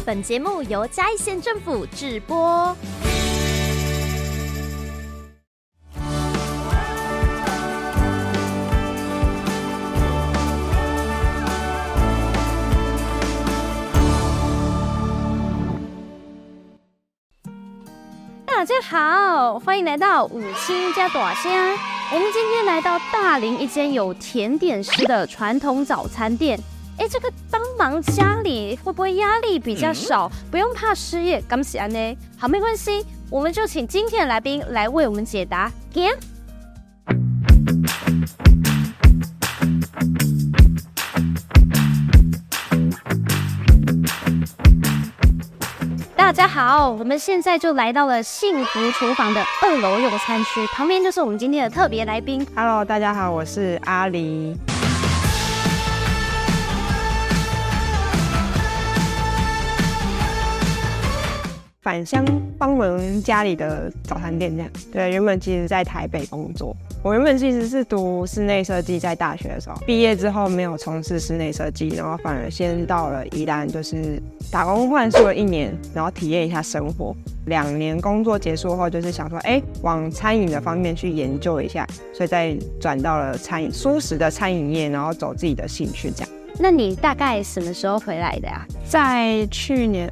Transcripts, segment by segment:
本节目由嘉义县政府制播。大家好，欢迎来到五星加大声。我们今天来到大林一间有甜点师的传统早餐店。这个帮忙家里会不会压力比较少？不用怕失业，敢是安呢？好，没关系，我们就请今天的来宾来为我们解答。大家好，我们现在就来到了幸福厨房的2楼用餐区，旁边就是我们今天的特别来宾。 Hello， 大家好，我是阿黎。返乡帮忙家里的早餐店这样。对，原本其实在台北工作。我原本其实是读室内设计，在大学的时候毕业之后没有从事室内设计，然后反而先到了宜兰，就是打工换宿了1年，然后体验一下生活。2年工作结束后，就是想说，往餐饮的方面去研究一下，所以再转到了蔬食的餐饮业，然后走自己的兴趣这样。 那你大概什么时候回来的呀？ 在去年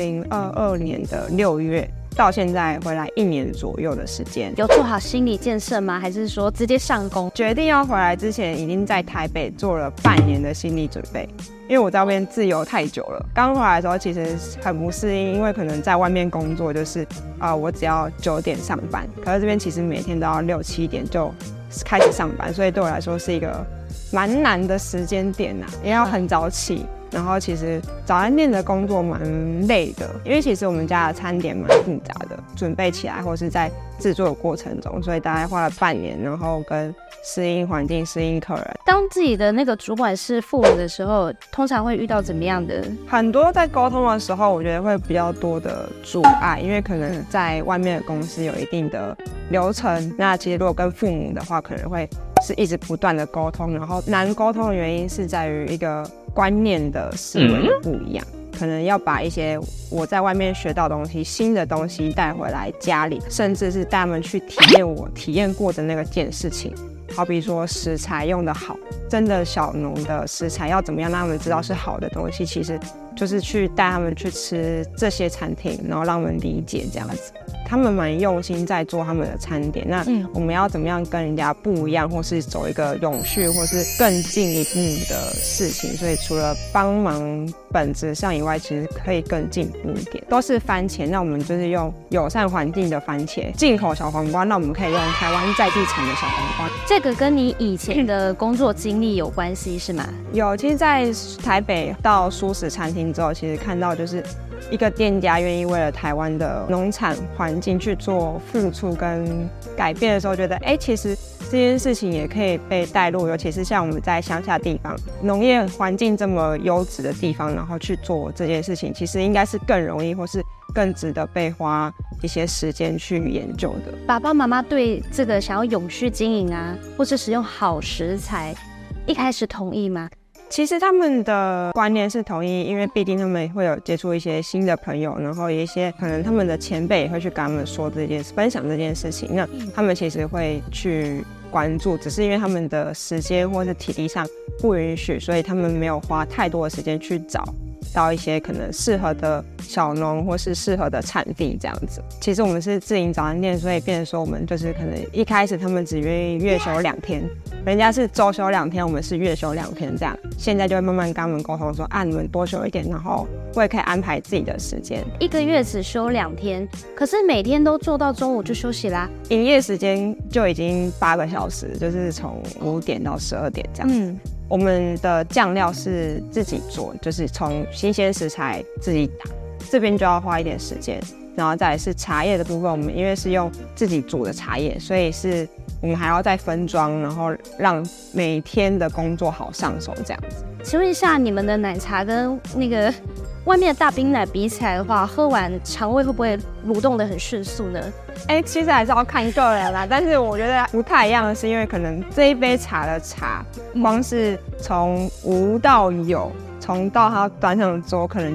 2022年的6月到现在回来1年左右的时间。 有做好心理建设吗？还是说直接上工？ 决定要回来之前，已经在台北做了半年的心理准备，因为我在外面自由太久了。刚回来的时候其实很不适应，因为可能在外面工作就是我只要9点上班，可是这边其实每天都要6、7点就开始上班，所以对我来说是一个蛮难的时间点啊，也要很早起。然后其实早餐店的工作蛮累的，因为其实我们家的餐点蛮复杂的，准备起来或是在制作的过程中，所以大概花了半年，然后跟适应环境、适应客人。 当自己的那个主管是父母的时候，通常会遇到怎么样的？ 很多在沟通的时候，我觉得会比较多的阻碍，因为可能在外面的公司有一定的流程，那其实如果跟父母的话，可能会是一直不断的沟通，然后难沟通的原因是在于一个观念的思维的不一样，可能要把一些我在外面学到的东西、新的东西带回来家里，甚至是带他们去体验我体验过的那个件事情。好比说食材用得好，真的小农的食材要怎么样让他们知道是好的东西，其实就是去带他们去吃这些餐厅，然后让他们理解这样子。他们蛮用心在做他们的餐点，那我们要怎么样跟人家不一样，或是走一个永续或是更进一步的事情，所以除了帮忙本质上以外，其实可以更进步一点。都是番茄，那我们就是用友善环境的番茄，进口小黄瓜，那我们可以用台湾在地产的小黄瓜。 这个跟你以前的工作经历有关系是吗？ 有，其实在台北到蔬食餐厅之后，其实看到就是一个店家愿意为了台湾的农产环境去做付出跟改变的时候，觉得其实这件事情也可以被带入，尤其是像我们在乡下地方，农业环境这么优质的地方，然后去做这件事情，其实应该是更容易或是更值得被花一些时间去研究的。 爸爸妈妈对这个想要永续经营啊，或是使用好食材，一开始同意吗？ 其实他们的观念是同意，因为毕竟他们会有接触一些新的朋友，然后有一些可能他们的前辈也会去跟他们说这件事，分享这件事情，那他们其实会去关注，只是因为他们的时间或是体力上不允许，所以他们没有花太多的时间去找到一些可能适合的小农或是适合的产地这样子。其实我们是自营早餐店，所以变成说我们就是可能一开始他们只愿意月休2天，人家是周休2天，我们是月休2天这样。现在就会慢慢跟他们沟通说，你们多休一点，然后我也可以安排自己的时间。 1个月只休2天，可是每天都做到中午就休息啦。 营业时间就已经8个小时，就是从5点到12点这样。我们的酱料是自己做，就是从新鲜食材自己打，这边就要花一点时间。然后再来是茶叶的部分，我们因为是用自己煮的茶叶，所以是我们还要再分装，然后让每天的工作好上手这样子。 请问一下，你们的奶茶跟那个外面的大冰奶比起来的话，喝完肠胃会不会蠕动得很迅速呢？ 其实还是要看个人啦，但是我觉得不太一样的是，因为可能这一杯茶的茶，光是从无到有，从到它端上桌，可能就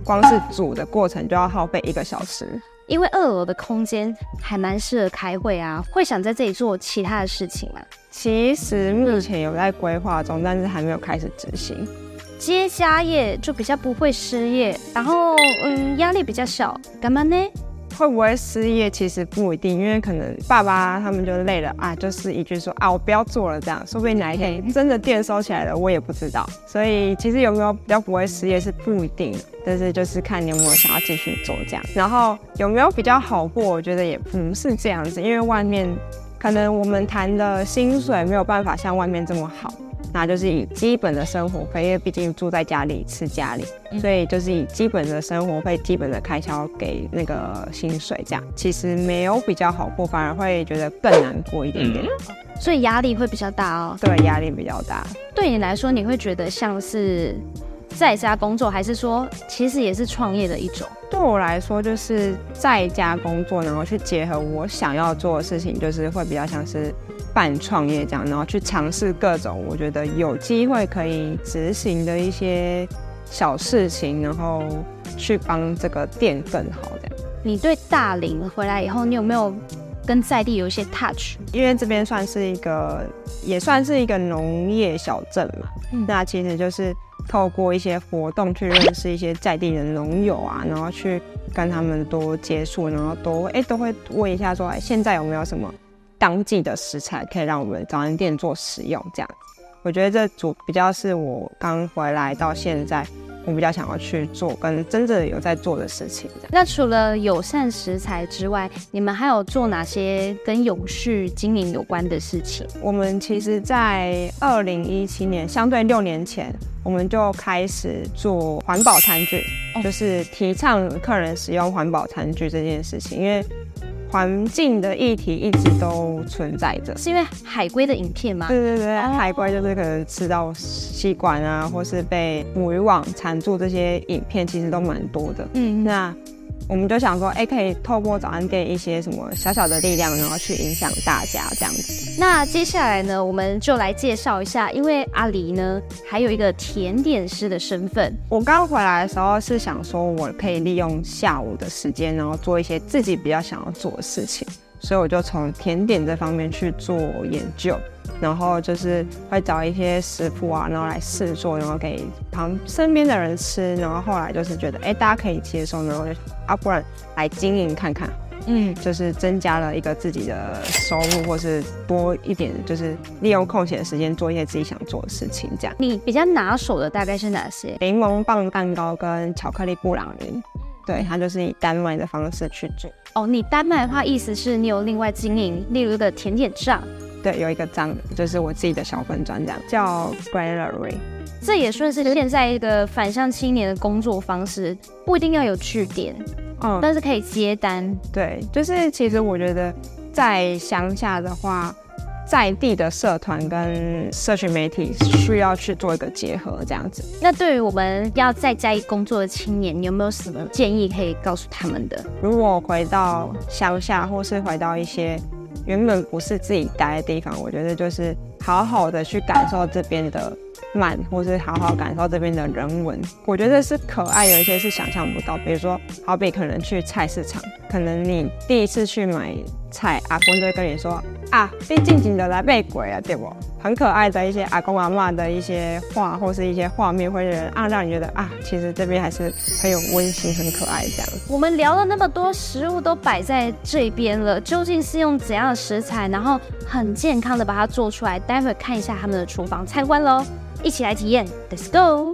光是煮的过程就要耗费1个小时。 因为2楼的空间还蛮适合开会啊，会想在这里做其他的事情吗？ 其实目前有在规划中，但是还没有开始执行。 接家业就比较不会失业，然后压力比较小，干嘛呢？ 会不会失业其实不一定，因为可能爸爸他们就累了啊，就是一句说啊我不要做了这样，说不定哪一天真的店收起来了，我也不知道。所以其实有没有比较不会失业是不一定的，但是就是看你有没有想要继续做这样。然后有没有比较好过，我觉得也不是这样子，因为外面可能我们谈的薪水没有办法像外面这么好。那就是以基本的生活费，因为毕竟住在家里吃家里，所以就是以基本的生活费、基本的开销给那个薪水，这样其实没有比较好过，反而会觉得更难过一点点。 所以压力会比较大哦。 对，压力比较大。 对你来说，你会觉得像是在家工作，还是说其实也是创业的一种？ 对我来说，就是在家工作，然后去结合我想要做的事情，就是会比较像是半创业这样，然后去尝试各种我觉得有机会可以执行的一些小事情，然后去帮这个店更好这样。 你对大林回来以后，你有没有跟在地有一些 touch？ 因为这边算是一个，也算是一个农业小镇嘛，那其实就是透过一些活动去认识一些在地的农友啊，然后去跟他们多接触，然后都会问一下说，现在有没有什么当季的食材可以让我们早餐店做使用这样。我觉得这比较是我刚回来到现在我比较想要去做跟真正有在做的事情。 那除了友善食材之外，你们还有做哪些跟永续经营有关的事情？ 我们其实在2017年，相对6年前，我们就开始做环保餐具，就是提倡客人使用环保餐具这件事情。因为环境的议题一直都存在着。 是因为海龟的影片吗？ 对对对，海龟就是可能吃到吸管啊，或是被捕鱼网缠住，这些影片其实都蛮多的。那我们就想说，可以透过早餐店一些什么小小的力量，然后去影响大家这样子。 那接下来呢，我们就来介绍一下，因为阿黎呢还有一个甜点师的身份。 我刚回来的时候是想说，我可以利用下午的时间，然后做一些自己比较想要做的事情，所以我就从甜点这方面去做研究。然后就是会找一些食谱啊，然后来试做，然后给身边的人吃。然后后来就是觉得，大家可以接受，然后就不然来经营看看。就是增加了一个自己的收入，或是多一点，就是利用空闲的时间做一些自己想做的事情。这样。 你比较拿手的大概是哪些？ 柠檬棒蛋糕跟巧克力布朗尼。对，它就是以单卖的方式去做。 你单卖的话，意思是你有另外经营，例如一个甜点账。 对，有一个账，就是我自己的小粉专，这样叫 Granary。 这也算是现在一个返乡青年的工作方式，不一定要有据点，但是可以接单。 对，就是其实我觉得在乡下的话，在地的社团跟社群媒体需要去做一个结合，这样子。 那对于我们要在家里工作的青年，你有没有什么建议可以告诉他们的？ 如果回到乡下，或是回到一些原本不是自己待的地方，我觉得就是好好的去感受这边的慢，或是好好感受这边的人文。我觉得是可爱，有一些是想象不到。比如说，好比可能去菜市场，可能你第一次去买菜，阿公就会跟你说你静静的来买过啊，对不？很可爱的一些阿公阿嬷的一些话，或是一些画面，会让你觉得其实这边还是很有温馨、很可爱这样。 我们聊了那么多，食物都摆在这边了，究竟是用怎样的食材，然后很健康的把它做出来？待会看一下他们的厨房参观咯，一起来体验 ，Let's go！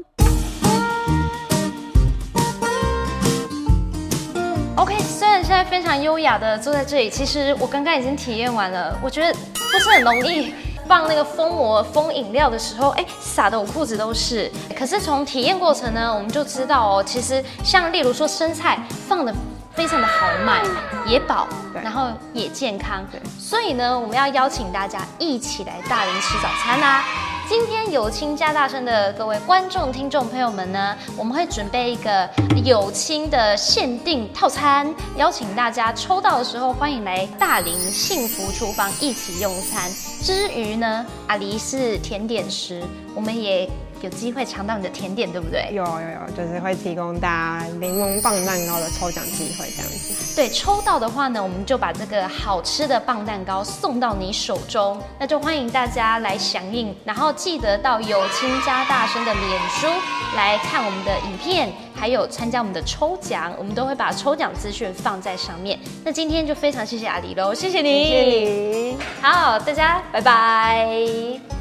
OK， 虽然现在非常优雅的坐在这里，其实我刚刚已经体验完了，我觉得不是很容易。放那个封饮料的时候，洒得我裤子都是。可是从体验过程呢，我们就知道其实像例如说生菜放的非常的豪迈，也饱，然后也健康。所以呢，我们要邀请大家一起来大林吃早餐啦。今天有青加大声的各位观众、听众朋友们呢，我们会准备一个有青的限定套餐，邀请大家抽到的时候，欢迎来大林幸福厨房一起用餐。至于呢，阿黎是甜点师，我们也有机会尝到你的甜点，对不对？ 有，就是会提供大家柠檬棒蛋糕的抽奖机会这样子。 对，抽到的话呢，我们就把这个好吃的棒蛋糕送到你手中，那就欢迎大家来响应，然后记得到有亲家大声的脸书来看我们的影片，还有参加我们的抽奖，我们都会把抽奖资讯放在上面。那今天就非常谢谢阿狸喽，谢谢你， 谢谢你。 好，大家拜拜。